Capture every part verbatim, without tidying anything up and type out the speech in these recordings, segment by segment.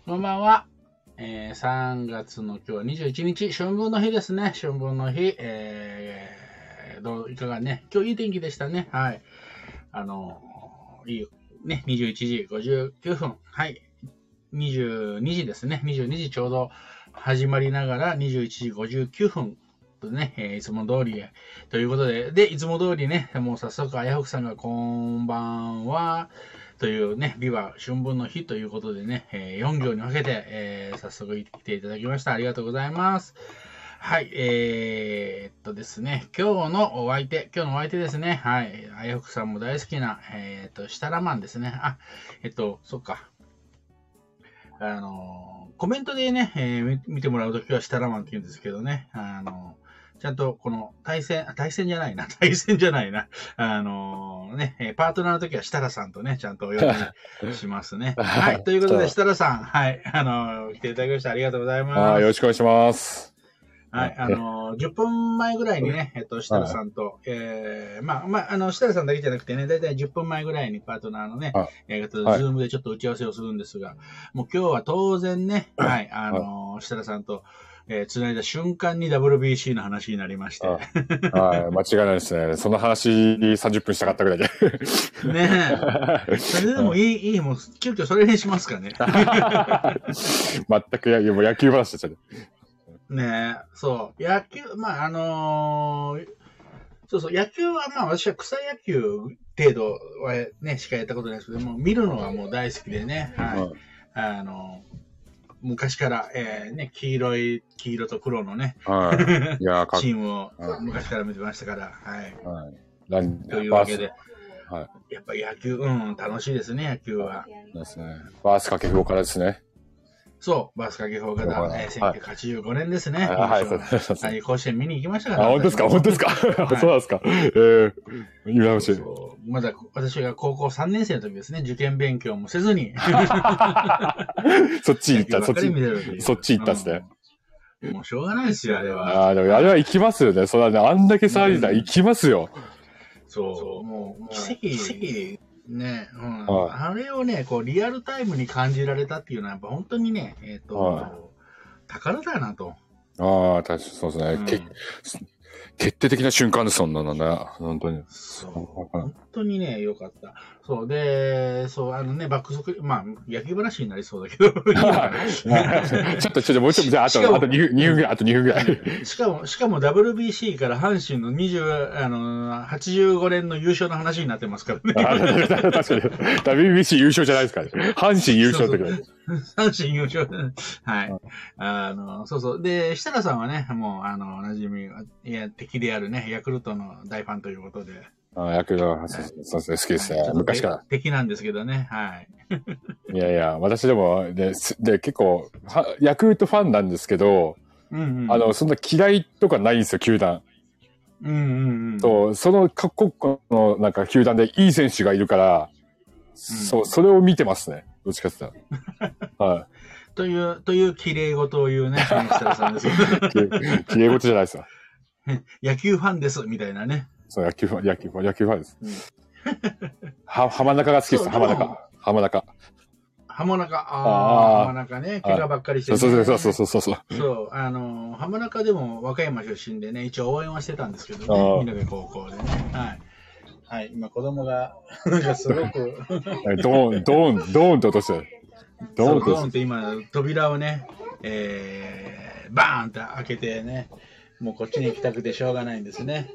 こんばんは。えー、さんがつの今日はにじゅういちにち、春分の日ですね。春分の日、えー、どう、いかがね。今日いい天気でしたね。はい。あの、いい、ね、にじゅういちじごじゅうきゅうふん。はい。にじゅうにじですね。にじゅうにじちょうど始まりながらにじゅういちじごじゅうきゅうふん。とね、えー、いつも通り、ということで、で、いつも通りね、もう早速、あやふくさんがこんばんは、というね、ビバ春分の日ということでね、えー、よん行に分けて、えー、早速来ていただきました。ありがとうございます。はい、えー、っとですね、今日のお相手、今日のお相手ですね、はい、あやふくさんも大好きな、えー、っと、シタラマンですね。あ、えっと、そっか。あの、コメントでね、えー、見てもらうときはシタラマンって言うんですけどね、あの、ちゃんとこの対戦、対戦じゃないな、対戦じゃないな、あのー、ね、パートナーの時は設楽さんとね、ちゃんとお呼びしますね。はい、ということで設楽さん、はい、あのー、来ていただきましてありがとうございます。 あ、よろしくお願いします。 はい、あのー、じゅっぷんまえぐらいにね、えっと、設楽さんと、はい、えー、まあ、まあ、あの、設楽さんだけじゃなくてね、だいたいじゅっぷんまえぐらいにパートナーのね、えー、ズームでちょっと打ち合わせをするんですが、もう今日は当然ね、はい、あのー、設楽さんと、えー、繋いだ瞬間に ダブリュービーシー の話になりまして。はい、 間違いないですね。その話にさんじゅっぷんしたかったぐらいで。 ねえ。それでもいい、いい、もう、急遽それにしますかね。 全くや、もう野球話ですよね。 ねえ、そう。野球、まあ、あのー、そうそう、野球は、まあ、私は草野球程度はね、しかやったことないですけども、見るのがもう大好きでね、はい。うん、あのー、昔から、えー、ね、黄色い、黄色と黒のね、はい、いやチームを昔から見てましたから、はい。はい、というわけで、はい、やっぱ野球、うん、楽しいですね、野球は。 ですね。バース掛布からですね。 そう、バース掛布から、えー、せんきゅうひゃくはちじゅうごねんですね。 はい、そうです。 はい、甲子園見に行きましたから。 あ、本当ですか、本当ですか。はい、そうなんですか。えー、今のうち。 まだ私が高校さんねん生の時ですね、受験勉強もせずに。 そっち行った、そっち。そっち行ったんですね。 うん、もうしょうがないですよ、あれは。 ああ、でもあれは行きますよね。それはね、あんだけ騒いだら行きますよ。 そう、そうもう、奇跡、奇跡。ね、うん、はい、あれをね、こう、リアルタイムに感じられたっていうのは、やっぱ本当にね、えっ、ー、と、はい、宝だなと。 ああ、確かにそうですね。うん、決定的な瞬間です、そんなのね。本当に。 そう。本当にね、良かった。そう。で、そう、あのね、爆速、まあ、野球話になりそうだけど。いいちょっと、ちょっと、もうちょっと、じゃあ、あと、あとにふん、にふんぐらい、あとにふんぐらい。 しかも、しかも ダブリュービーシー から阪神のにじゅう、あの、はちじゅうごねんの優勝の話になってますからね。 確かに。ダブリュービーシー 優勝じゃないですからね。阪神優勝ってくらい。 阪神優勝。はい。あの、そうそう。で、設楽さんはね、もう、あの、おなじみ、いや、敵であるね、ヤクルトの大ファンということで。 ああ、ヤクルトは、そうですね、好きですね。昔から。 敵なんですけどね、はい。 いやいや、私でも、で、で結構、ヤクルトファンなんですけど、うんうん、あの、そんな嫌いとかないんですよ、球団。 うんうんうん。 そう、その各国のなんか球団でいい選手がいるから、うん、そう、それを見てますね。どっちかって言ったら。はい。 という、という綺麗事を言うね、設楽さんです。 綺麗事じゃないですよ。 野球ファンです、みたいなね。 そう、野球ファン、野球ファン、野球ファンです。うん、は、浜中が好きです、浜中。浜中。 浜中、ああ、浜中ね、怪我ばっかりしてる、 ね。そうそうそうそうそう。 そう、あの、浜中でも和歌山出身でね、一応応援はしてたんですけどね、みなべ高校でね。はい。はい、今子供が、なんかすごく。 ドーン、ドーン、ドーンと落としてる。 ドーンと。ドーンって今、扉をね、えー、バーンって開けてね、もうこっちに行きたくてしょうがないんですね。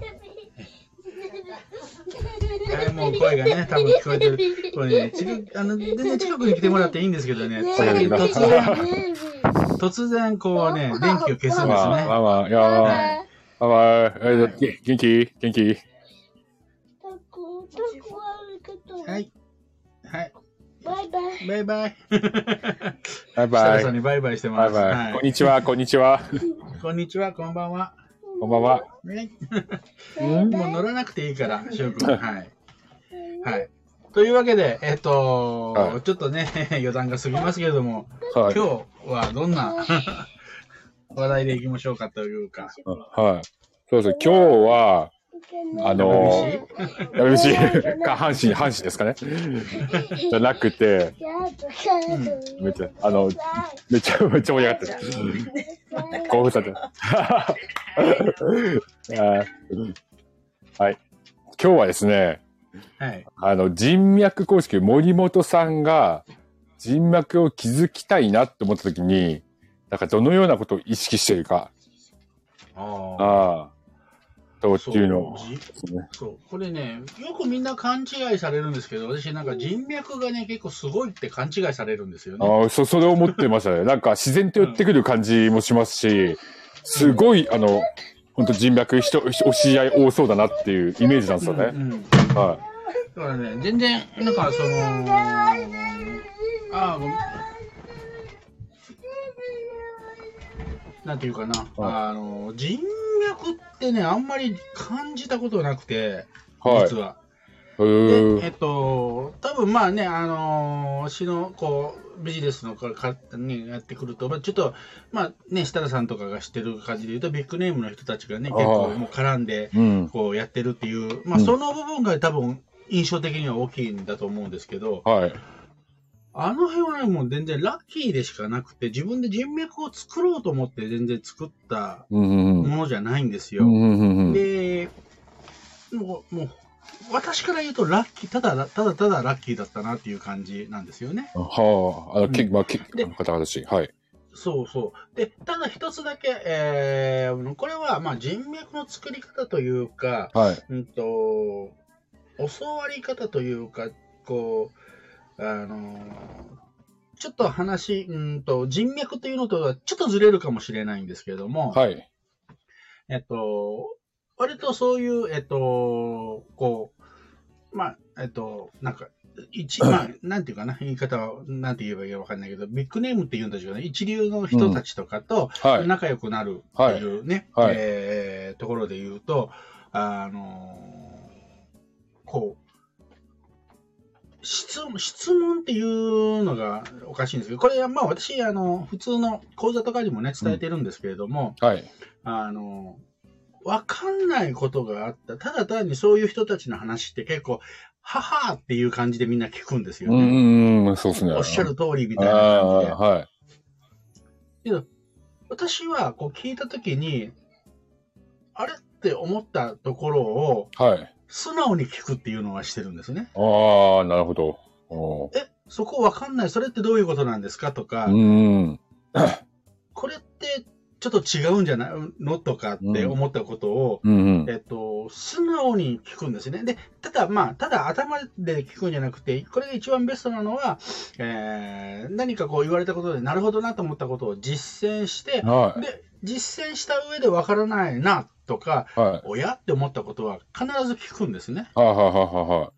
はい、もう声がね、多分聞こえてる。これね、近く、あの、全然近くに来てもらっていいんですけどね、最近突然、突然こうね、電気を消すんですね。 まあまあ、まあ、いやー、はいまあまあ、元気元気はい。はい。 バイバイ。 バイバイ。 バイバイ。 設楽さんにバイバイしてます。 バイバイ。はい、こんにちは、こんにちは。 こんにちは、こんばんは。 こんばんは。 ね、もう乗らなくていいから、しゅうくん。はい。はい。というわけで、えっと、はい、ちょっとね、余談が過ぎますけれども、はい、今日はどんな話題でいきましょうかというか。 はい。そうですね、今日は、 あのー、ダブリュービーシー か、阪神、阪神ですかね。じゃなくて、うん、めっちゃ、あの、めっちゃ、めっちゃ盛り上がってる。興奮されてる。はい。今日はですね、はい、あの、人脈公式、森本さんが人脈を築きたいなって思ったときに、なんかどのようなことを意識しているか。ああ。とっていうのを。 そう。これね、よくみんな勘違いされるんですけど、私なんか人脈がね、結構すごいって勘違いされるんですよね。 ああ、そ、それを思ってましたね。なんか自然と寄ってくる感じもしますし、すごい、あの、本当人脈、人、お知り合い多そうだなっていうイメージなんですよね。うんうん、 はい。だからね、全然、なんかその、ああ、ごめん。なんていうかな、あの、人脈ってね、あんまり感じたことなくて、はい、実は。で、えっと、多分まあね、あのー、私の、こう、ビジネスのかか、ね、やってくると、まあ、ちょっと、まあね、設楽さんとかが知ってる感じで言うと、ビッグネームの人たちがね、結構もう絡んで、こうやってるっていう、うん、まあその部分が多分印象的には大きいんだと思うんですけど、はい。あの辺はね、もう全然ラッキーでしかなくて、自分で人脈を作ろうと思って全然作ったものじゃないんですよ。で、もう、もう、私から言うとラッキー、ただ、ただただラッキーだったなっていう感じなんですよね。 はあ、あの、け、まあ、け、方々し、はい。 そうそう。で、ただ一つだけ、えー、これは、まあ人脈の作り方というか、はい。うんと、教わり方というか、こう、あの、ちょっと話、うんと、人脈というのとはちょっとずれるかもしれないんですけれども、はい。えっと、割とそういう、えっと、こう、まあ、えっと、なんか、一、まあ、なんていうかな、言い方は、なんて言えばいいかわかんないけど、ビッグネームって言うんだけどね、一流の人たちとかと仲良くなるっていうね、うんはい、えー、ところで言うと、あのー、こう、質問、質問っていうのがおかしいんですけど、これはまあ私、あの、普通の講座とかにもね、伝えてるんですけれども、うん、はい。あの、わかんないことがあった。ただ単にそういう人たちの話って結構、ははーっていう感じでみんな聞くんですよね。 うん、そうですね。 おっしゃる通りみたいな感じで。 はい。 けど、私はこう聞いたときに、あれって思ったところを、はい。素直に聞くっていうのはしてるんですね。 ああ、なるほど。 え、そこわかんない。それってどういうことなんですかとか、うんこれってちょっと違うんじゃないのとかって思ったことを、うんうん、えっと、素直に聞くんですね。で、ただ、まあ、ただ頭で聞くんじゃなくて、これが一番ベストなのは、えー、何かこう言われたことで、なるほどなと思ったことを実践して、はい、で、実践した上でわからないなとか、はい、親って思ったことは必ず聞くんですね。 はいはいはいはい。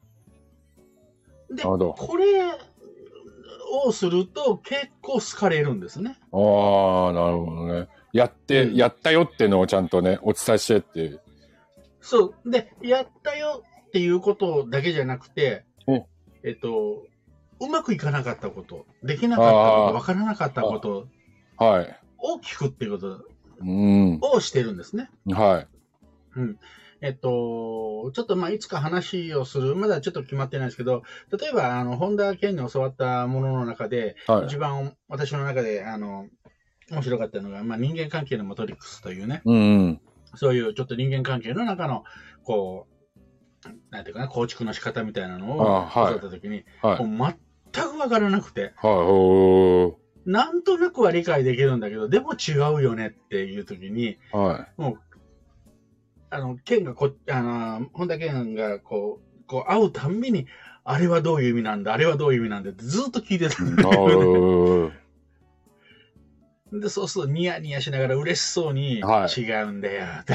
で、これをすると結構好かれるんですね。 ああ、なるほどね。やって、うん、やったよっていうのをちゃんとね、お伝えしてっていう。 そう。で、やったよっていうことだけじゃなくて、うん、えっと、うまくいかなかったこと、できなかったこと、わからなかったことを聞くっていうことをしてるんですね。 はい。 うん。えっと、ちょっとまあいつか話をする、まだちょっと決まってないんですけど、例えば、あの、本田健に教わったものの中で、はい、一番私の中で、あの、面白かったのが、まあ、人間関係のマトリックスというね、うんうん、そういうちょっと人間関係の中の、こう、なんていうかな、構築の仕方みたいなのを教わったときに、はい、もう全くわからなくて、はい、なんとなくは理解できるんだけど、でも違うよねっていうときに、はい、もう、あの、ケンがこ、あの、本田健がこう、こう会うたんびに、あれはどういう意味なんだ、あれはどういう意味なんだってずっと聞いてたんだよね。で、そうするとニヤニヤしながら嬉しそうに、はい、違うんだよ、って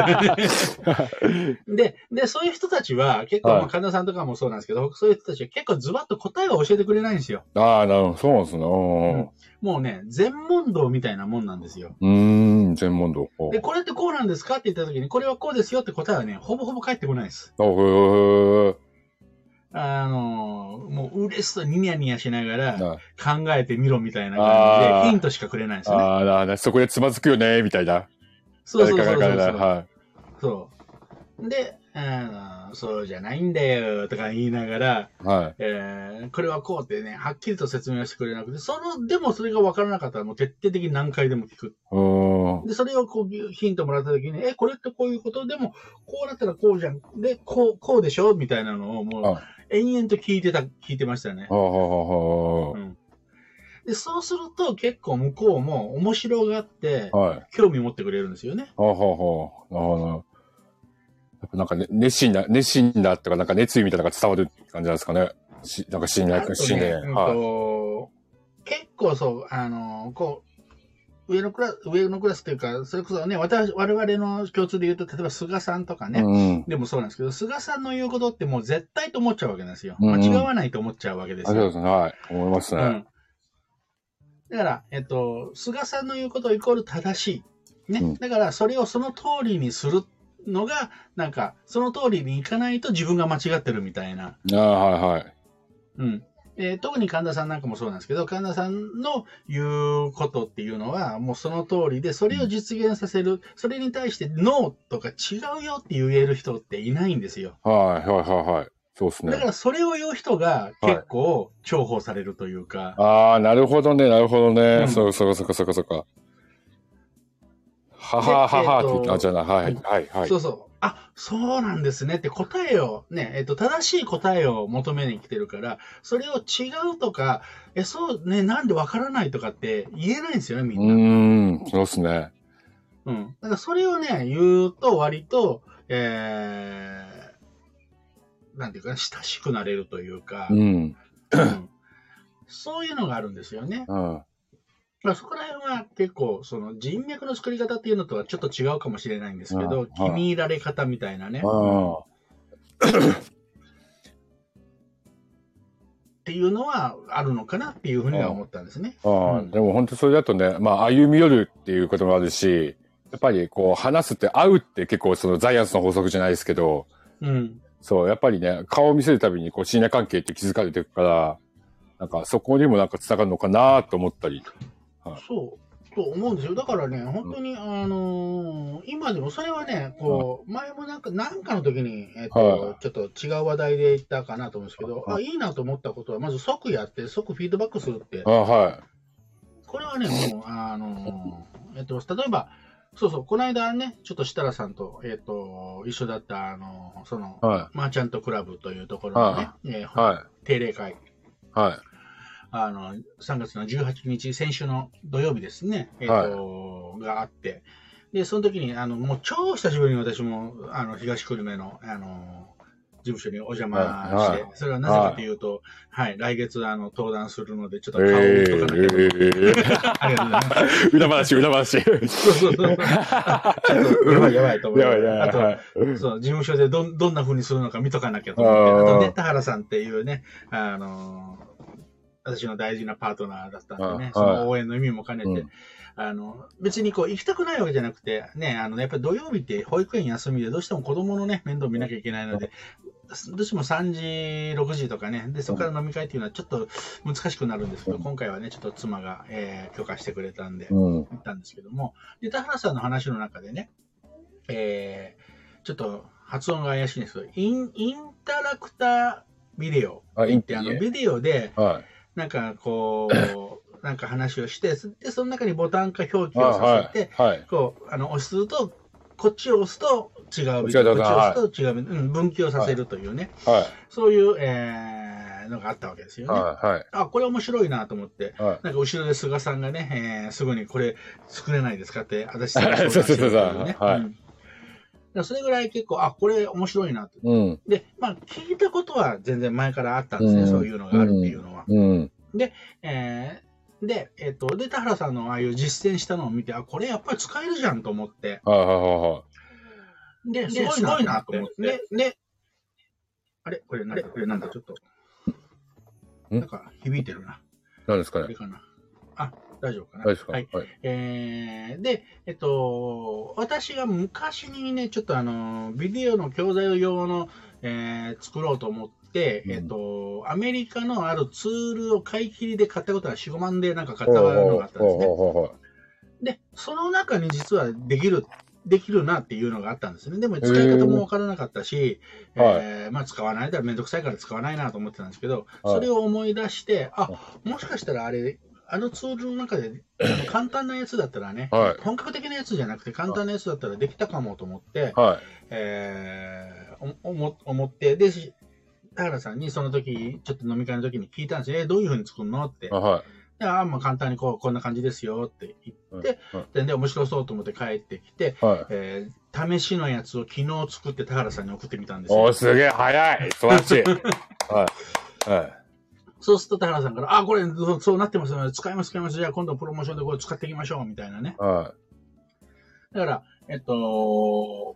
いうで、で、そういう人たちは結構、はい、まあ、神田さんとかもそうなんですけど、そういう人たちは結構ズバッと答えを教えてくれないんですよ。 ああ、なるほど、そうなんですね、うん。 もうね、全問答みたいなもんなんですよ。 うーん、全問答。 で、これってこうなんですかって言った時に、これはこうですよって答えはね、ほぼほぼ返ってこないです。 あ、へー。 あの、もう嬉しそうにニヤニヤしながら考えてみろみたいな感じでヒントしかくれないんですよね。 ああ、そこでつまずくよね、みたいな。 そうそうそうそうそう。はい、そで、あのそうじゃないんだよとか言いながら、 はい。 えー、これはこうってね、はっきりと説明はしてくれなくて、その、でもそれが分からなかったらもう徹底的に何回でも聞く。 うん。 で、それをこうヒントもらった時に、え、これってこういうことでも、こうなったらこうじゃん。で、こう、こうでしょみたいなのをもう、延々と聞いてた、聞いてましたね。 はあ、はあ、はあ。 うん。で、そうすると結構向こうも面白がって、 はい。 興味持ってくれるんですよね。 はあ、はあ、はあ。なるほど。やっぱなんか、ね、熱心な、熱心だとか、なんか熱意みたいなのが伝わるって感じなんですかね。しなんか信頼、信頼。 うんはい。 と、結構そう、あの、こう、上のクラス、上のクラスというか、それこそね、私、我々の共通で言うと、例えば菅さんとかね、うん、でもそうなんですけど、菅さんの言うことってもう絶対と思っちゃうわけなんですよ。うんうん、間違わないと思っちゃうわけですよ。 そうですね、はい。思いますね。うん、 だから、えっと、菅さんの言うことイコール正しい。ね。うん、だから、それをその通りにするのが、なんか、その通りにいかないと自分が間違ってるみたいな。 ああ、はいはい。 うん。えー、特に神田さんなんかもそうなんですけど、神田さんの言うことっていうのは、もうその通りで、それを実現させる、それに対してノーとか違うよって言える人っていないんですよ。 はいはいはいはい。そうですね。 だからそれを言う人が結構重宝されるというか。はい、 ああ、なるほどね、なるほどね。うん、そうそうそうそうそうそう。ははははって言って、あ、じゃあ、はいはいはい。 そうそう。あ、そうなんですねって答えを、ね、えっと、正しい答えを求めに来てるから、それを違うとか、え、そうね、なんでわからないとかって言えないんですよね、みんな。 うーん、そうですね。 うん。だからそれをね、言うと割と、えー、なんていうか、親しくなれるというか、 うん。うん、 そういうのがあるんですよね。 うん。 まあ、そこら辺は結構、その人脈の作り方っていうのとはちょっと違うかもしれないんですけど、気に入られ方みたいなね。っていうのはあるのかなっていうふうには思ったんですね。 ああ、うん、でも本当それだとね、まあ歩み寄るっていうこともあるし、やっぱりこう話すって会うって結構そのザイアンツの法則じゃないですけど、 うん、そうやっぱりね、顔を見せるたびにこう信頼関係って気づかれてるから、なんかそこにもなんか繋がるのかなと思ったり。 はい、そうと思うんですよ。だからね、本当に、うん、あのー、今でもそれはね、こう、前もなんか、なんかの時に、えっと、はい、ちょっと違う話題で言ったかなと思うんですけど、はい、あ、いいなと思ったことは、まず即やって、即フィードバックするって。 あ、はい。 これはね、もう、あのー、えっと、例えば、そうそう、この間ね、ちょっと設楽さんと、えっと、一緒だった、あのー、その、はい、マーチャントクラブというところのね、はいえーはい、定例会。 はい。 あの、さんがつのじゅうはちにち、先週の土曜日ですね、えっ、ー、と、はい、があって、で、その時に、あの、もう超久しぶりに私も、あの、東久留米の、あの、事務所にお邪魔して、はい、それはなぜかというと、はい、はい、来月、あの、登壇するので、ちょっと顔を打っとかなきゃと思って。えー、ありがとうございます。 裏話、裏話。 そうそうそう。ちょっと、やばいやばいと思って。あと、はい、そう、事務所でど、どんな風にするのか見とかなきゃと思って。あとね、田原さんっていうね、あの、私の大事なパートナーだったんでね、その応援の意味も兼ねて、うん、あの、別にこう行きたくないわけじゃなくて、ね、あの、やっぱり土曜日って保育園休みでどうしても子供のね、面倒見なきゃいけないので、どうしてもさんじ、ろくじとかね、で、そこから飲み会っていうのはちょっと難しくなるんですけど、うん、今回はね、ちょっと妻が、えー、許可してくれたんで、行ったんですけども、で、田原さんの話の中でね、えー、ちょっと発音が怪しいんですけど、イン、インタラクタービデオって言って、あの、ビデオで、はいなんかこう、なんか話をして、で、その中にボタンか表記をさせて、はいはい、こう、あの、押すと、こっちを押すと違うビデオ、こっちを押すと違うビデオ、うん、分岐をさせるというね、はい、そういう、えー、のがあったわけですよね。はいはい、あ、これ面白いなと思って、はい、なんか後ろで菅さんがね、えー、すぐにこれ作れないですかって、私さんが相談してるというね。それぐらい結構、あ、これ面白いなと。うん、で、まあ、聞いたことは全然前からあったんですね、うん、そういうのがあるっていうのは。うん、で、えー、で、えっと、で、田原さんのああいう実践したのを見て、あ、これやっぱり使えるじゃんと思って。はいはいはい。で、すごいなと思って。で、で、あれこれなんだこれなんだちょっと。なんか響いてるな。 何ですかね。 あれかな。あ、大丈夫かな。 大丈夫か。 はい。はい、えー、で、えっと、私が昔にね、ちょっとあの、ビデオの教材用の、えー、作ろうと思って、うん、えっと、アメリカのあるツールを買い切りで買ったことがよん、ごまんでなんか買ったのがあったんですね。で、その中に実はできる、 できるなっていうのがあったんですね。でも使い方もわからなかったし、えーえー、まあ使わないだらめんどくさいから使わないなと思ってたんですけど、はい、それを思い出して、あ、もしかしたらあれ、あのツールの中であの簡単なやつだったらね、はい、本格的なやつじゃなくて簡単なやつだったらできたかもと思って、はい、えー、思, 思って、で、田原さんにその時、ちょっと飲み会の時に聞いたんですよ。えー、どういうふうに作るのって。はい、ああ、まあ簡単にこう、こんな感じですよって言って、はい、全然面白そうと思って帰ってきて、はい、えー、試しのやつを昨日作って田原さんに送ってみたんですよ。 おー、すげえ、早い。素晴らしい。はい。はい。 そうすると田原さんから、あ、これ、そうなってますよね。使います、使います。じゃあ今度プロモーションでこれ使っていきましょう、みたいなね。はい。だから、えっと、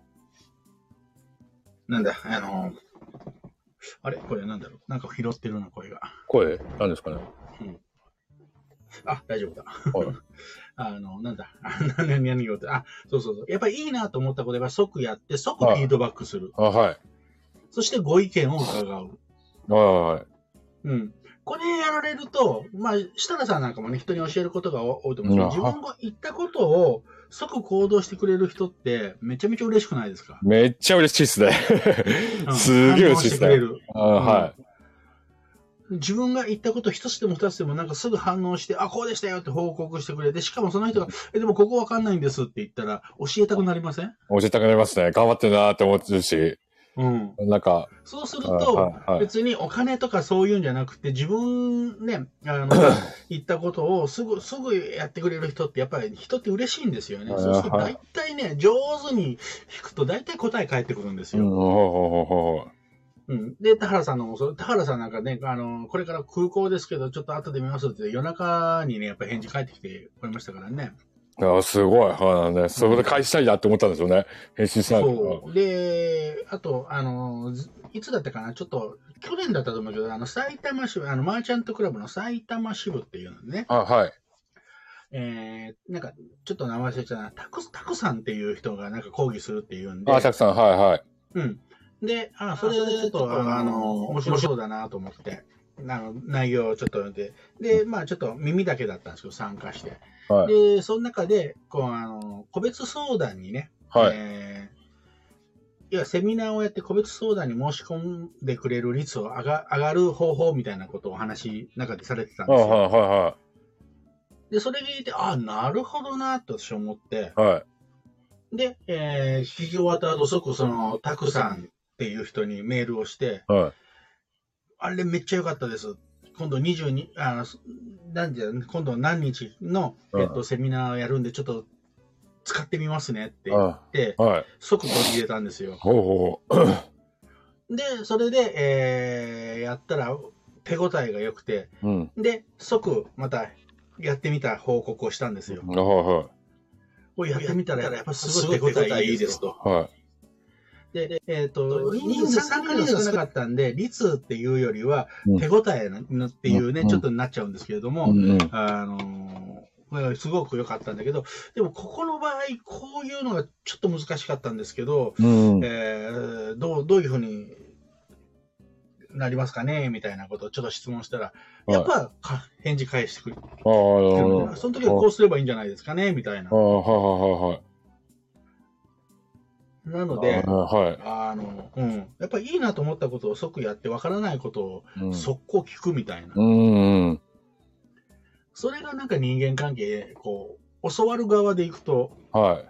なんだ、あの、あれこれなんだろうなんか拾ってるな、声が。 声何ですかね、うん、 あ、大丈夫だ。はい、あの、なんだ、何、何を、あ、そうそうそう。やっぱりいいなと思ったことは即やって、即フィードバックする。 あ、はい。 そしてご意見を伺う。 はい。 うん。これやられると、まあ、設楽さんなんかもね、人に教えることが多いと思うんですけど、自分が言ったことを即行動してくれる人ってめちゃめちゃ嬉しくないですか？ めっちゃ嬉しいですね。うん、すげえ嬉しいですね。あ、はい。 自分が言ったこと一つでも二つでもなんかすぐ反応して、あ、こうでしたよって報告してくれて、しかもその人が、え、でもここわかんないんですって言ったら、教えたくなりません？ 教えたくなりますね。頑張ってるなーって思ってるし。うん。なんか。 そうすると、別にお金とかそういうんじゃなくて、自分ね、あの、言ったことをすぐ、すぐやってくれる人って、やっぱり人って嬉しいんですよね。そうすると大体ね、上手に弾くと大体答え返ってくるんですよ。うん。で、田原さんの、田原さんなんかね、あの、これから空港ですけど、ちょっと後で見ますって夜中にね、やっぱ返事返ってきてくれましたからね。 あ、すごい。はいね。それで返したいなって思ったんですよね。返信しないと。 そう。で、あと、あの、いつだったかなちょっと、去年だったと思うけど、あの、埼玉支部、あの、マーチャントクラブの埼玉支部っていうのね。 あ、はい。 えー、なんか、ちょっと名前忘れちゃったな。タク、タクさんっていう人がなんか講義するっていうんで。 あ、タクさん、はいはい。 うん。で、あ、それでちょっと、あの、面白そうだなと思って。あの内容をちょっと読んで、で、まあちょっと耳だけだったんですけど、参加して。はい、で、その中で、こう、あの、個別相談にね、はい。えー、いや、セミナーをやって個別相談に申し込んでくれる率を上が、上がる方法みたいなことをお話、中でされてたんですよ。はいはいはい。で、それ聞いて、あ、なるほどな、と私思って。はい。で、えー、聞き終わった後、即その、タクさんっていう人にメールをして、はい。あれめっちゃ良かったです。今度にじゅうに、あの、なんじゃ、今度何日の、えっと、セミナーやるんで、ちょっと使ってみますねって言って、はい、即取り入れたんですよ。ほうほう。で、それで、えー、やったら手応えが良くて、うん、で、即またやってみた報告をしたんですよ。はいはい。これやってみたら、やっぱすごい手応えいいですと。はい。で、えっ、ー、と、人数参加人数少なかったんで、率っていうよりは、手応えっていうね、うん、ちょっとになっちゃうんですけれども、うん、あのー、すごく良かったんだけど、でも、ここの場合、こういうのがちょっと難しかったんですけど、うん、えー、どう、どういうふうになりますかねみたいなことをちょっと質問したら、やっぱか返事返してくる。その時はこうすればいいんじゃないですかねみたいな。なので、あ、はい、あの、うん。やっぱりいいなと思ったことを即やって、わからないことを即行聞くみたいな。うんうん、それがなんか人間関係、こう、教わる側でいくと、はい。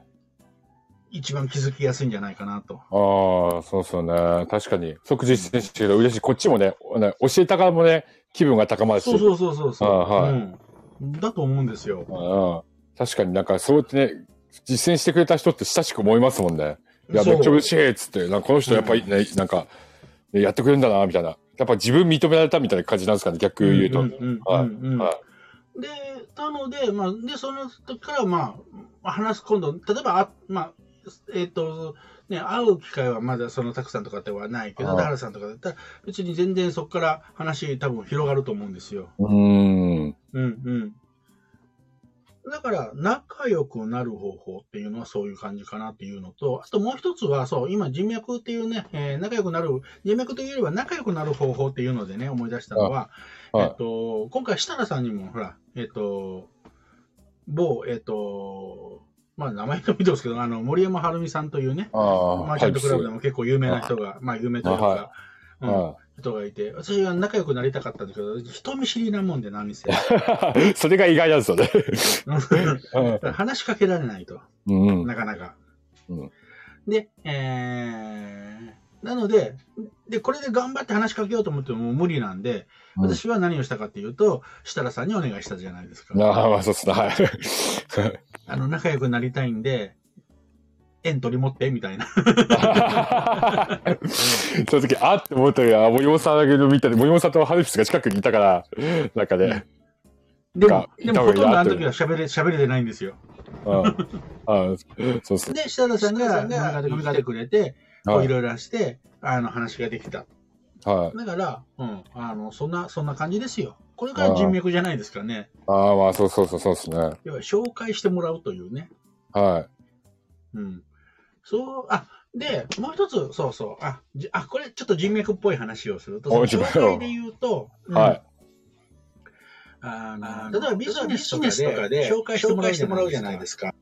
一番気づきやすいんじゃないかなと。 ああ、そうそうね。確かに。即実践してるけど嬉しい。こっちもね、教えた側もね、気分が高まるし。 そうそうそうそうそう。はい、うん。だと思うんですよ。 あ確かになんかそうやってね、実践してくれた人って親しく思いますもんね。いや、めっちゃ嬉しいっつって、なんかこの人やっぱりね、うん、なんか、やってくれるんだな、みたいな。やっぱ自分認められたみたいな感じなんですかね、逆言うと。はい。 で、なので、まあ、で、その時から、まあ、話す今度、例えば、あまあ、えっ、ー、と、ね、会う機会はまだそのたくさんとかではないけど、田原さんとかだったら、別に全然そこから話多分広がると思うんですよ。うん。うんうん。だから、仲良くなる方法っていうのはそういう感じかなっていうのと、あともう一つは、そう、今人脈っていうね、えー、仲良くなる、人脈というよりは仲良くなる方法っていうのでね、思い出したのは、えっと、今回設楽さんにも、ほら、えっと、某、えっと、 まあ名前でもいいですけど、あの、森山晴美さんというね、マーチャントクラブでも結構有名な人が、まあ有名というか、うん、人がいて、私は仲良くなりたかったんだけど、人見知りなもんで何せ。 それが意外なんですよね。 話しかけられないと。 うん、 なかなか。 うん、 で、えー、なので、で、これで頑張って話しかけようと思ってももう無理なんで、うん、私は何をしたかっていうと、設楽さんにお願いしたじゃないですか。 ああ、まあそうっすね。はい。 あの、仲良くなりたいんで、縁取り持ってみたいな。 その時、あって思ったら、森本さんだけど見たら、森本さんとハルピスが近くにいたから、なんかね。 でも、でもほとんどあの時は喋れ、喋れてないんですよ。 ああ、そうっすね。 で、設楽さんが飲み会でくれて、こういろいろして、あの、話ができた。はい。だから、うん、あの、そんな、そんな感じですよ。これが人脈じゃないですかね。 ああ、まあ、そうそうそう、そうですね。 要は、紹介してもらうというね。 はい。 うん。そう、あ、で、もう一つ、そうそう、あ、じあ、これちょっと人脈っぽい話をすると、その紹介で言うと、うん、はい。あの、例えばビジネスとかで紹介してもらうじゃないですか。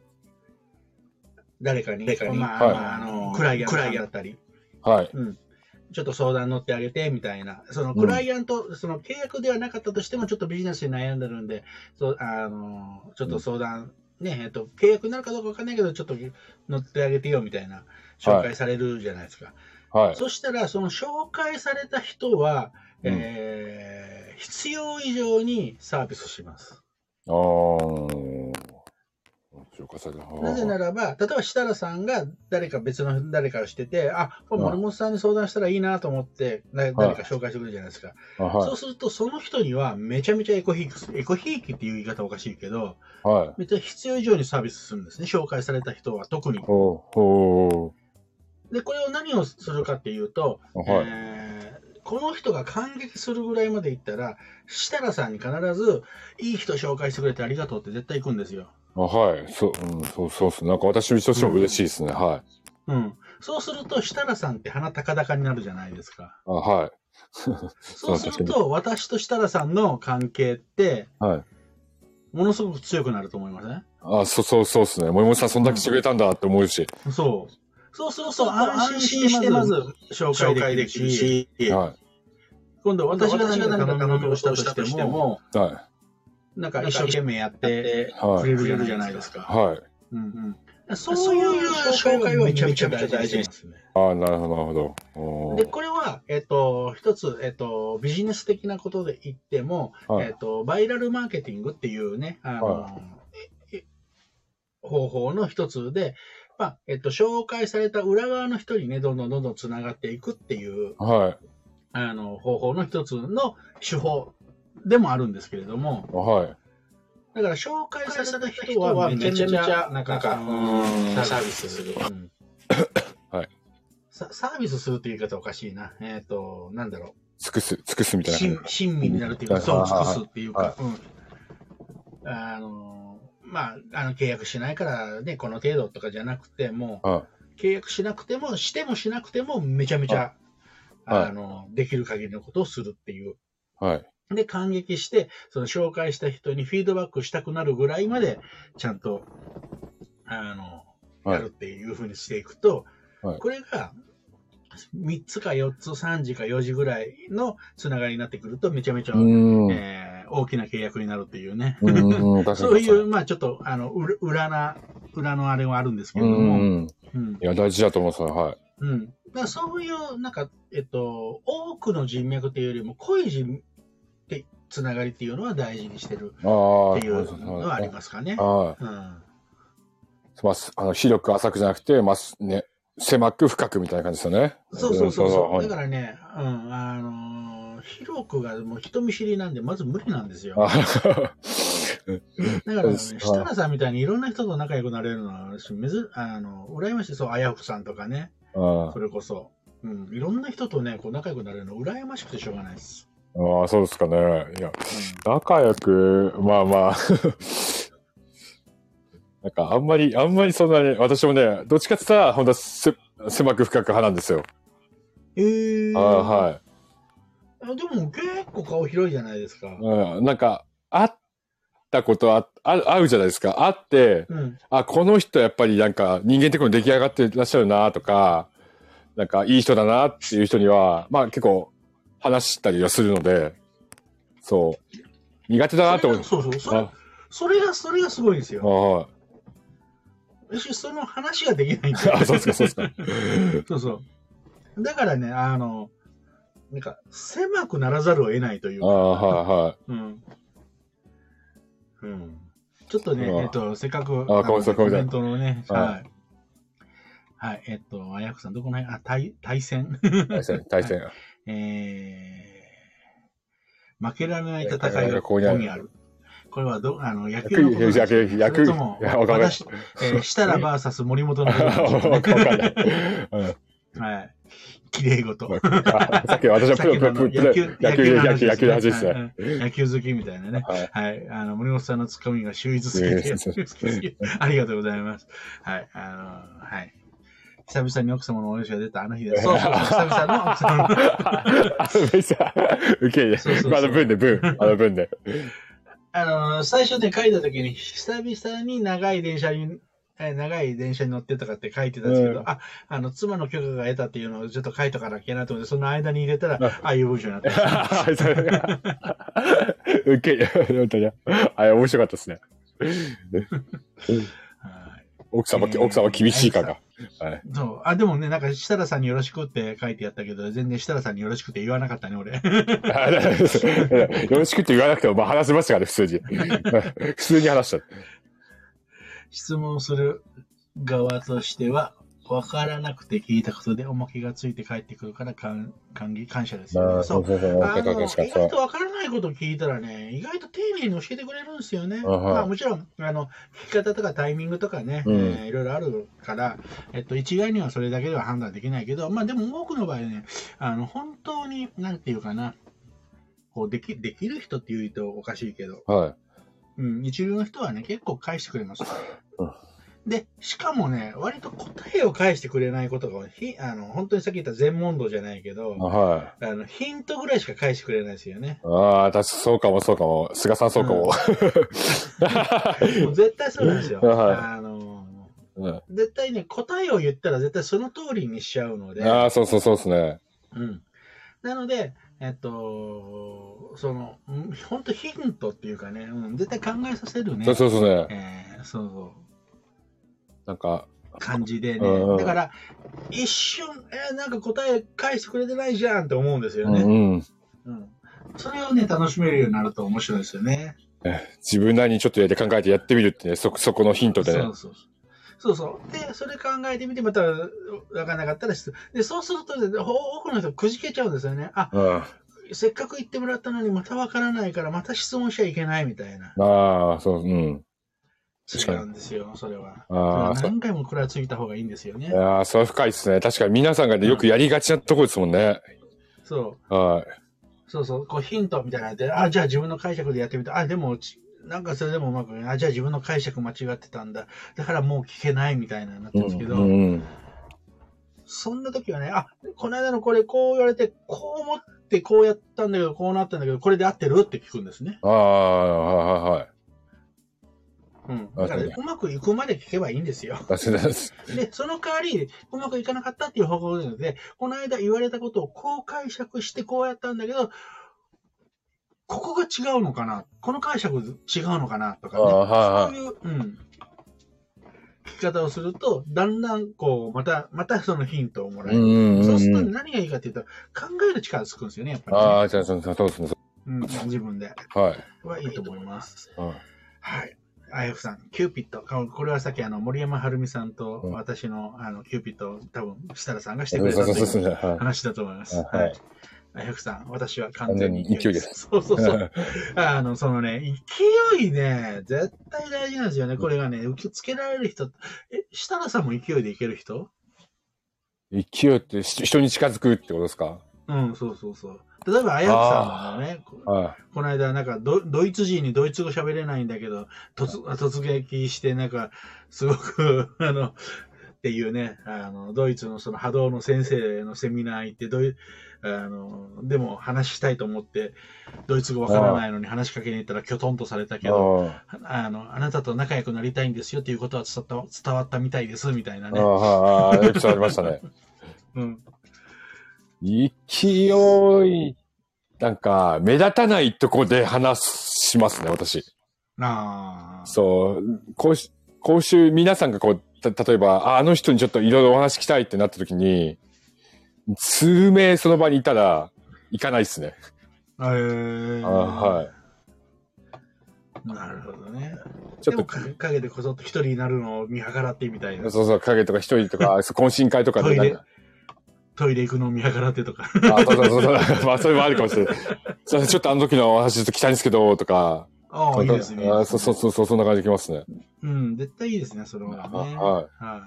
誰かに、誰かに、まあ、はい、あの、クライアントだったり。 はい。 うん。ちょっと相談乗ってあげて、みたいな。その、クライアント、うん、その、契約ではなかったとしても、ちょっとビジネスに悩んでるんで、そう、あの、ちょっと相談、うん、ね、えっと、契約になるかどうかわかんないけど、ちょっと乗ってあげてよ、みたいな、紹介されるじゃないですか。はい。そしたら、その、紹介された人は、うん、えー、必要以上にサービスします。 あー。 なぜならば、例えば設楽さんが誰か別の誰かをしてて、あ、これ森本さんに相談したらいいなと思って、誰か紹介してくれるじゃないですか。はい、そうすると、その人にはめちゃめちゃエコひいきする。エコひいきっていう言い方おかしいけど、はい、めっちゃ必要以上にサービスするんですね。紹介された人は特に。ほうほうで、これを何をするかっていうと、はい、えー、この人が感激するぐらいまでいったら、設楽さんに必ず、いい人紹介してくれてありがとうって絶対行くんですよ。 あ、はい。そう、うん、そう、そうっす。なんか私としても嬉しいですね。うん、はい。 うん。そうすると、設楽さんって鼻高々になるじゃないですか。 あ、はい。 そうすると、私と設楽さんの関係って、はい。ものすごく強くなると思いません、ね、 あ、そう、そう、そうですね。森本さんそんだけしてくれたんだって思うし。 うん、そう。そうすると、安心してまず紹介できるし、はい。今度、私が何か頼みをしたとしても、はい。なんか一生懸命やってくれるじゃないですか。 はい。 うんうん、そういう紹介はめちゃめちゃ大事ですね。 ああ、なるほど、なるほど。で、これは、えっと、一つ、えっと、ビジネス的なことで言っても、はい、えっと、バイラルマーケティングっていうね、あの、はい、方法の一つで、まあ、えっと、紹介された裏側の人にね、どんどんどんどんつながっていくっていう、はい、あの、方法の一つの手法でもあるんですけれども、はい。だから紹介された人はめちゃめちゃ、なんか、なんかうん、サービスする。うん、はい。サービスするっていう言い方おかしいな。えっ、ー、と、なんだろう。 尽くす、尽くすみたいな。 親身になるっていうか、そう、尽くすっていうか、うん。あの、まあ、あの、契約しないからね、この程度とかじゃなくても、契約しなくても、してもしなくても、めちゃめちゃ、あの、できる限りのことをするっていう。はい。で、感激して、その紹介した人にフィードバックしたくなるぐらいまで、ちゃんと、あの、やるっていうふうにしていくと、はい、これが、みっつかよっつ、さんじかよじぐらいのつながりになってくると、めちゃめちゃ、えー、大きな契約になるっていうね。うそういう、まあちょっと、あの、裏な、裏のあれはあるんですけれども。うんうん、いや、大事だと思います、はい。 うん。だからそういう、なんか、えっと、多くの人脈というよりも、濃い人ってつながりっていうのは大事にしてるっていうのはありますかね。はい。うん。 まあ、あの広く浅くじゃなくて、まあね、狭く深くみたいな感じですよね。 そうそうそうそう。だからね、うん、あのー、広くがもう人見知りなんで、まず無理なんですよ。だからね、設楽さんみたいにいろんな人と仲良くなれるのは、私、めず、あの、羨ましい、そう、あやふさんとかね。それこそ。うん、いろんな人とね、こう仲良くなれるの羨ましくてしょうがないです。 ああ、そうですかね。いや、うん、仲良く、まあまあ。なんか、あんまり、あんまりそんなに、私もね、どっちかって言ったら、ほんと、狭く深く派なんですよ。 えー。 ああ、はい。 あ、でも、結構顔広いじゃないですか。 うん、なんか、会ったことあ、ある、あるじゃないですか。あって、うん、あ、この人やっぱりなんか人間的に出来上がってらっしゃるなとか、なんかいい人だなっていう人には、まあ結構話したりはするので、そう。苦手だなと思う。 そうそう。それ、それが、それがすごいんですよ。はい。私、その話ができないんですよ。 あ、そうですか、そうですか。 そうそう。だからね、あの、なんか、狭くならざるを得ないというか。ああ、はいはい。うん。うん。ちょっとね、えっと、せっかく、あ、コメントのね、はい。はい、えっと、あやくさん、どこの辺、あ、対、対戦対戦、対戦。 えー、負けられない戦いがここにある。これはど、あの、野球のことですか？野球、野球。それとも、私、えー、設楽バーサス森本のことですか？わかんない。はい。綺麗事。 さっき私はプロ、プロ、プロ、野球、野球、野球、野球の話ですね。 野球好きみたいなね。はい。あの、森本さんのツッコミが秀逸すぎて、ありがとうございます。はい。あの、はい。久々に奥様のお話が出たあの日です。そうそう、久々の奥様の。 あの、めっちゃ、受け入れ。あの分で、分。あの分で。 あの、最初で書いたときに、久々に長い電車に、長い電車に乗ってとかって書いてたんですけど、うん、あ、あの、妻の許可が得たっていうのをちょっと書いとかなきゃなと思って、その間に入れたら、ああいう文章になってました。 受け入れ、本当に。あれ、面白かったですね。奥様、奥様厳しいから。 はい。そう。あ、でもね、なんか、設楽さんによろしくって書いてやったけど、全然設楽さんによろしくって言わなかったね、俺。よろしくって言わなくても、まあ話せましたからね、普通に。普通に話した。 質問する側としては、わからなくて聞いたことで重きがついて帰ってくるから感感感謝ですよね。そう。そうそうそうあの意外とわからないことを聞いたらね、意外と丁寧に教えてくれるんですよね。まあもちろん、あの、聞き方とかタイミングとかね、うん、えー、いろいろあるから、えっと、一概にはそれだけでは判断できないけど、まあでも多くの場合ね、あの、本当に、なんていうかな、こう、でき、できる人って言うとおかしいけど、はい。うん、一流の人はね、結構返してくれます。うんで、しかもね、割と答えを返してくれないことが、ひあの本当にさっき言った全問答じゃないけど、はい、あのヒントぐらいしか返してくれないですよね。 ああ、確かそうかもそうかも。菅さんそうかも。 うん、もう絶対そうなんですよ。はい、あのうん、絶対ね、答えを言ったら絶対その通りにしちゃうので。 ああ、そうそうそうですね。 うん。なので、えっと、その、本当ヒントっていうかね、うん、絶対考えさせるね。 そうそうそうね。 えー、そうそう。 なんか、 感じでね。うん、だから、一瞬、えー、なんか答え返してくれてないじゃんって思うんですよね。うん、うん。それをね、楽しめるようになると面白いですよね。 自分なりにちょっとやって考えてやってみるってね、そ、そこのヒントでね。 そうそう。そうそう。で、それ考えてみて、また分からなかったらで、そうすると、多くの人くじけちゃうんですよね。あ、うん、せっかく言ってもらったのにまた分からないから、また質問しちゃいけないみたいな。 ああ、そう、うん。 違うんですよ、それは。ああ。何回も食らいついた方がいいんですよね。 ああ、それは深いですね。確かに皆さんがね、よくやりがちなところですもんね。 そう。はい。そうそう。こうヒントみたいなので、あ、じゃあ自分の解釈でやってみた。あ、でも、なんかそれでもうまく、あ、じゃあ自分の解釈間違ってたんだ。だからもう聞けないみたいななってるんですけど、うんうん、そんな時はね、あ、この間のこれこう言われて、こう思ってこうやったんだけど、こうなったんだけど、これで合ってるって聞くんですね。 ああ、はいはい。 うん。だから、うまくいくまで聞けばいいんですよ。で、その代わり、うまくいかなかったっていう報告なので、この間言われたことをこう解釈してこうやったんだけど、ここが違うのかな、この解釈違うのかなとかね。そういう、うん。聞き方をすると、だんだん、こう、また、またそのヒントをもらえる。うんうんうん、そうすると何がいいかっていうと、考える力がつくんですよね、やっぱり、ね。 ああ、じゃあ、そうですね。 うん、自分で。はい。はいいと思います。はい。はい。あやふさん、キューピット。これはさっきあの森山晴美さんと私の、うん、あのキューピットを多分設楽さんがしてくれたという話だと思います。はい。あやふさん、私は完全に勢いです。そうそうそう。あの、そのね、勢いね、絶対大事なんですよね。これがね、受け付けられる人、え、設楽さんも勢いでいける人？ 勢いって人に近づくってことですか？ うん、そうそうそう。例えば、あやふさんのね、こ, この間、なんかド、ドイツ人にドイツ語喋れないんだけど、突、突撃して、なんか、すごく、あの、っていうね、あの、ドイツのその波動の先生のセミナー行って、ドイあの、でも話したいと思って、ドイツ語わからないのに話しかけに行ったらきょとんとされたけど、あの、あなたと仲良くなりたいんですよっていうことは伝わった伝わったみたいです、みたいなね。 ああ、エピソードありましたね。うん。勢い、なんか、目立たないとこで話しますね、私。ああ。そう、講習、講習、皆さんがこう、例えば、あ、あの人にちょっといろいろお話聞きたいってなった時に、数名その場にいたら、行かないっすね。へー。あ、はい。 なるほどね。ちょっと影でこそっと一人になるのを見計らってみたいな。 そうそう、影とか一人とか、懇親会とかでトイレ、トイレ行くのを見計らってとか。 あ、そうそうそうそう。まあ、それもあるかもしれない。ちょっとあの時のお話ちょっと聞きたいんですけど、とか。 ああ、いいですね。 あ、そうそうそう、そんな感じできますね。 うん、絶対いいですね、それはね。はい。はい。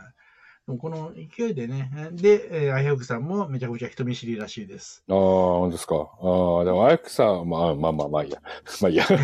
この勢いでね、で、えー、あやふくさんもめちゃくちゃ人見知りらしいです。 ああ、本当ですか。ああ、でもあやふくさん、まあまあまあまあいいや。まあいいや。好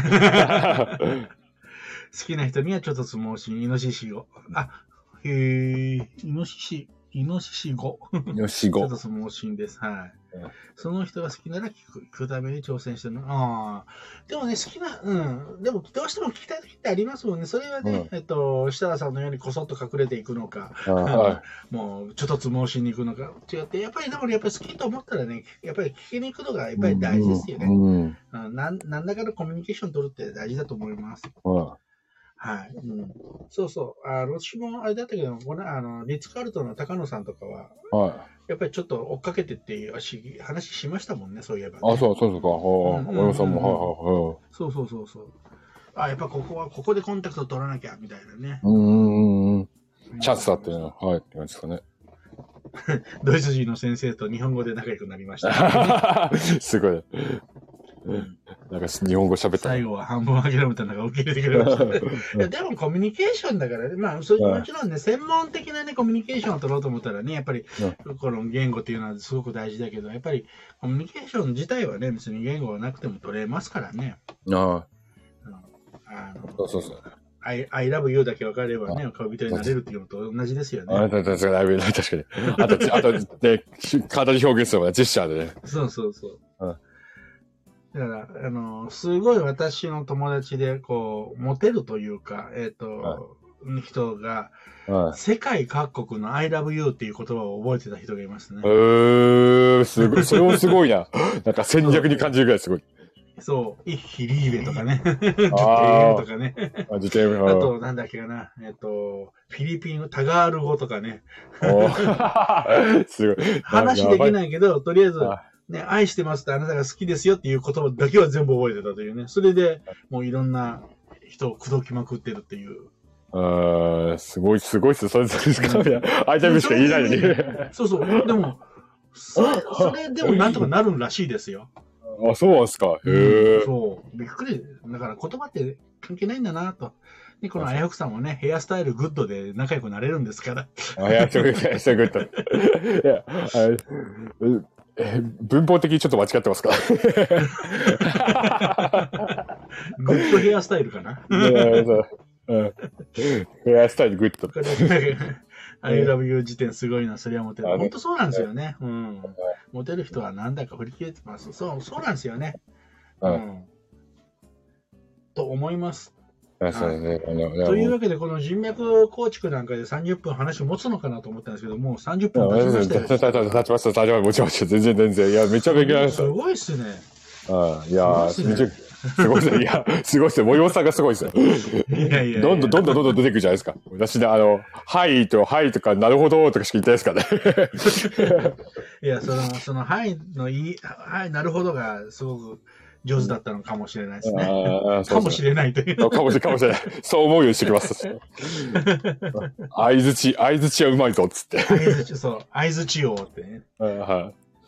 きな人にはちょっとつ盲信、イノシシを。あ、へえ、イノシシ、イノシシ語。 イノシシ語。 ちょっとつ盲信です。はい。うん、その人が好きなら聞く、聞くために挑戦してるの。ああ。でもね、好きな、うん。でも、どうしても聞きたい時ってありますもんね。それはね、うん、えっと、設楽さんのようにこそっと隠れていくのか、はい、もう、ちょっとつ盲信に行くのか、違って、やっぱりでも、ね、やっぱり好きと思ったらね、やっぱり聞きに行くのがやっぱり大事ですよね。うんうん、なん、なんだかのコミュニケーション取るって大事だと思います。うんはい。うん、そうそう。あ私もあれだったけど、このあのリッツ・カールトンの高野さんとかは、はい、やっぱりちょっと追っかけてっていう話しましたもんね、そういえば、ね。 あ、そう、そうですか。はあ、親御さんも、はい、はい、 そうそうそうそう。あ、やっぱここは、ここでコンタクト取らなきゃ、みたいなね。 うんうんうん。チャンスだっていうのは、はい、って感じですかね。 ドイツ人の先生と日本語で仲良くなりました、 ね。すごい。うん、なんか日本語喋った。 最後は半分諦めたのが受け入れてくれました、ねいや。でもコミュニケーションだからね。まあ、それもちろんね、専門的なね、コミュニケーションを取ろうと思ったらね、やっぱり、うん、この言語っていうのはすごく大事だけど、やっぱりコミュニケーション自体はね、別に言語がなくても取れますからね。ああ。あのそうそうそう。I, I love you だけ分かればね、恋人になれるっていうのと同じですよね。 あ、確かに、確かに。あと、あと、ね、体で表現するのがジェスチャーでね。 そうそうそう。うんだから、あの、すごい私の友達で、こう、モテるというか、えっ、ー、と、はい、人が、はい、世界各国の I love you っていう言葉を覚えてた人がいますね。 へえー、すごい、それもすごいな。なんか戦略に感じるぐらいすごい。 そう、イッヒリーベとかね。ジュテームとかね。あ、ジュテーム。あと、なんだっけかな。えっ、ー、と、フィリピン、タガール語とかね。すごい。話できないけど、とりあえず、ね、愛してますってあなたが好きですよっていう言葉だけは全部覚えてたというね。それでもういろんな人を口説きまくってるっていう。 ああ、すごい、すごいっす。それですか。いや、相手しか言えないのに。 そうそう。でも、それ、それでもなんとかなるらしいですよ。 あ、そうなんですか。へえ、うん。 そう。びっくり。だから言葉って関係ないんだなと。で、このあやふくさんもね、ヘアスタイルグッドで仲良くなれるんですから。 あ、ヘアスタイルグッド。いや、あえ、文法的にちょっと間違ってますかグッドヘアスタイルかなうん、 ヘアスタイルグッド。 I love you 時点すごいな、それはモテる。本当そうなんですよね。うん。モテる人はなんだか振り切れてます。そう、そうなんですよね。うん。と思います。そうね、あのというわけで、この人脈構築なんかでさんじゅっぷん話持つのかなと思ったんですけど、もうさんじゅっぷん経ちましたよ。経ちました、経ちました、もちろん、全然、全然。いや、めちゃめちゃ。 すごいっすね。 ああ、いや、すごいっすね。いや、すごいっすね。模様差がすごいっすね。いやいや。どんどん、どんどん、どんどん出てくるじゃないですか。私ね、あの、はいと、はいとか、なるほどとかしか言ってないですからね。 いや、その、その、はいのいい、はい、なるほどが、すごく、上手だったのかもしれないですね。かもしれないという。 かもしれない、かもしれない。そう思うようにしてきます。相づち、相づちはうまいぞ、つって。 相づち、そう、相づちをってね。はい。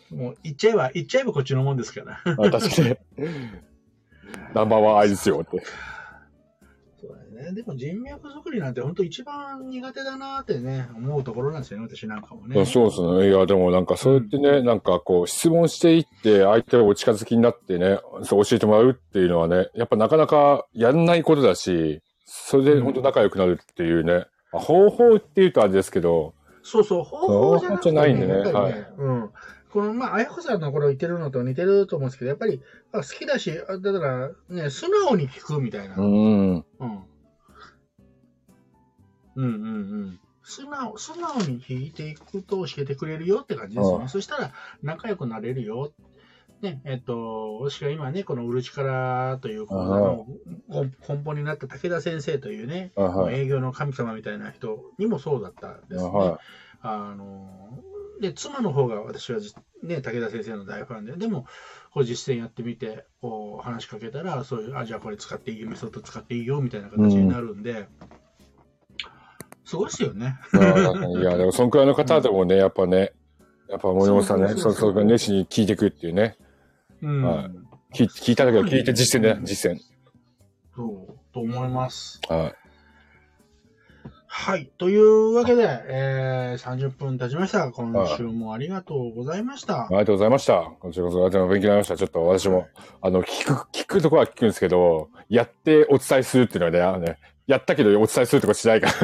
もう、言っちゃえば、言っちゃえばこっちのもんですから。 あ、確かに。ナンバーワン相づちをって。 そうだね。でも人脈作りなんて本当一番苦手だなってね、思うところなんですよね、私なんかもね。 そうですね。いや、でもなんかそうやってね、うん、なんかこう質問していって相手をお近づきになってね、そう教えてもらうっていうのはね、やっぱなかなかやんないことだし、それで本当仲良くなるっていうね、うん、方法っていうとあれですけど、 そうそう、方法じゃなくて、ね、ないんでね。はい。うん。 この、まあ、あやこさんの頃言ってるのと似てると思うんですけど、やっぱり、好きだし、だからね、素直に聞くみたいな。 うん。うん。 うんうんうん。素直、素直に聞いていくと教えてくれるよって感じですよね。そしたら仲良くなれるよ。ね、えっと、私が今ね、この売る力という講座の根本になった武田先生というね、営業の神様みたいな人にもそうだったんですね。あの、で、妻の方が私はね、武田先生の大ファンで、でも、こう実践やってみて、こう話しかけたら、そういう、あ、じゃあこれ使っていいよ、メソッド使っていいよ、みたいな形になるんで、うんすごいですよね。 いや、でも、そのくらいの方でもね、やっぱね、やっぱ森本さんね、そうそう、熱心に聞いていくっていうね。うん。はい、聞, 聞いただけど、聞いて実践で、実践。 そう、と思います。 はい。 はい。というわけで、えー、さんじゅっぷん経ちました。今週もありがとうございました。はい、 ありがとうございました。こちらこそ、ありがとう勉強になりました。ちょっと私も、はい、あの、聞く、聞くところは聞くんですけど、やってお伝えするっていうのはね、やったけどお伝えするとかしないから。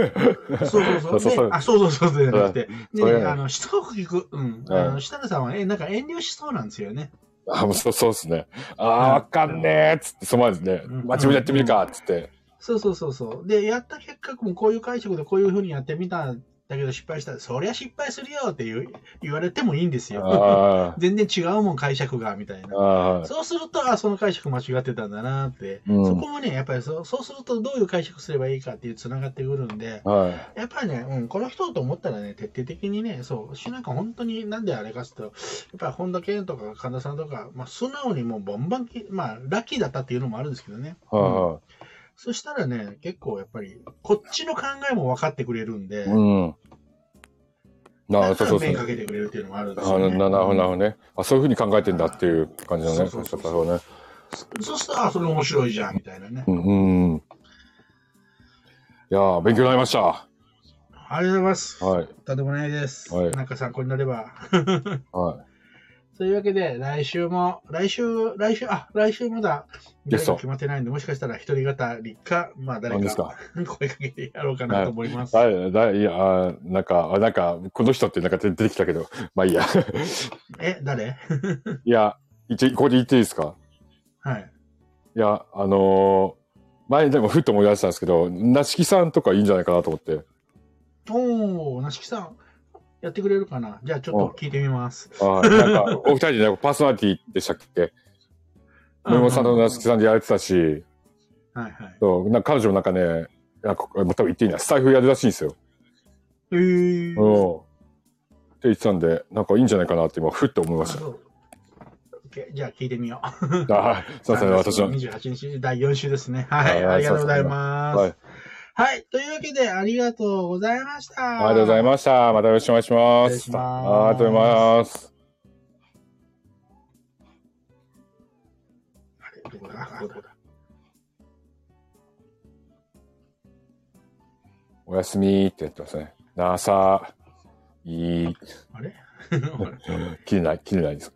そうそうそう。そうそうあ、そうそうそうじゃなくて。で、ね、あの、しつこく聞く。うん。あの、設楽さんはね、なんか遠慮しそうなんですよね。 あ、もうそう、そうですね。ああ、わかんねえっつって、その前ですね。まあ、自分でやってみるかっつって。 そうそうそうそう。で、やった結果、もこういう解釈でこういうふうにやってみたんだけど失敗したら、そりゃ失敗するよって言う言われてもいいんですよ。全然違うもん、解釈が、みたいな。そうすると、あ、その解釈間違ってたんだなって。うん、そこもね、やっぱりそそうするとどういう解釈すればいいかっていう繋がってくるんで、はい、やっぱりね、うん、この人と思ったらね、徹底的にね、そう、しなんか本当になんであれかっていうと、やっぱり本田健とか神田さんとか、まあ素直にもうバンバン、まあラッキーだったっていうのもあるんですけどね。はい、うんそしたらね、結構やっぱり、こっちの考えも分かってくれるんで、うん。なるほど。目かけてくれるっていうのもあるんですよ、ね。 なるほどね。あ、そういうふうに考えてんだっていう感じのね。そうそうそうそうね。 そうすると、あ、それ面白いじゃん、みたいなね。 うん。うん、いやー、勉強になりました。 ありがとうございます。 はい。 とんでもないです。はい。なんか参考になれば。はい。というわけで、来週も、来週、来週、あ、来週まだ、誰か決まってないんで、もしかしたら一人語りか、まあ誰か、か声かけてやろうかなと思います。 はい、だいや、なんか、なんか、この人ってなんか出てきたけど、まあいいや。 え、誰いや、一ここで言っていいですかはい。 いや、あのー、前でもふっと思い出したんですけど、なしきさんとかいいんじゃないかなと思って。 おー、なしきさん。やってくれるかなじゃあちょっと聞いてみます。 ああ、なんか、お二人で、ね、パーソナリティでしたっけ森本さんとなしきさんでやれてたし、 はいはい。 そう、なんか彼女もなんかね、なんか、多分言っていいな、スタイフやるらしいんですよ。 へー。 うん。って言ってたんで、なんかいいんじゃないかなって今、ふっと思いました。 じゃあ聞いてみよう。 あすいません、私の。 にじゅうはちにちだいよん週ですね。はい、ありがとうございます。はい。はい。というわけで、ありがとうございました。 ありがとうございました。またよろしくお願いします。 失礼します。 ありがとうございます。 あれ、どこだどこだおやすみってやってますね。なあさ、いい。 あれ切れない、切れないです。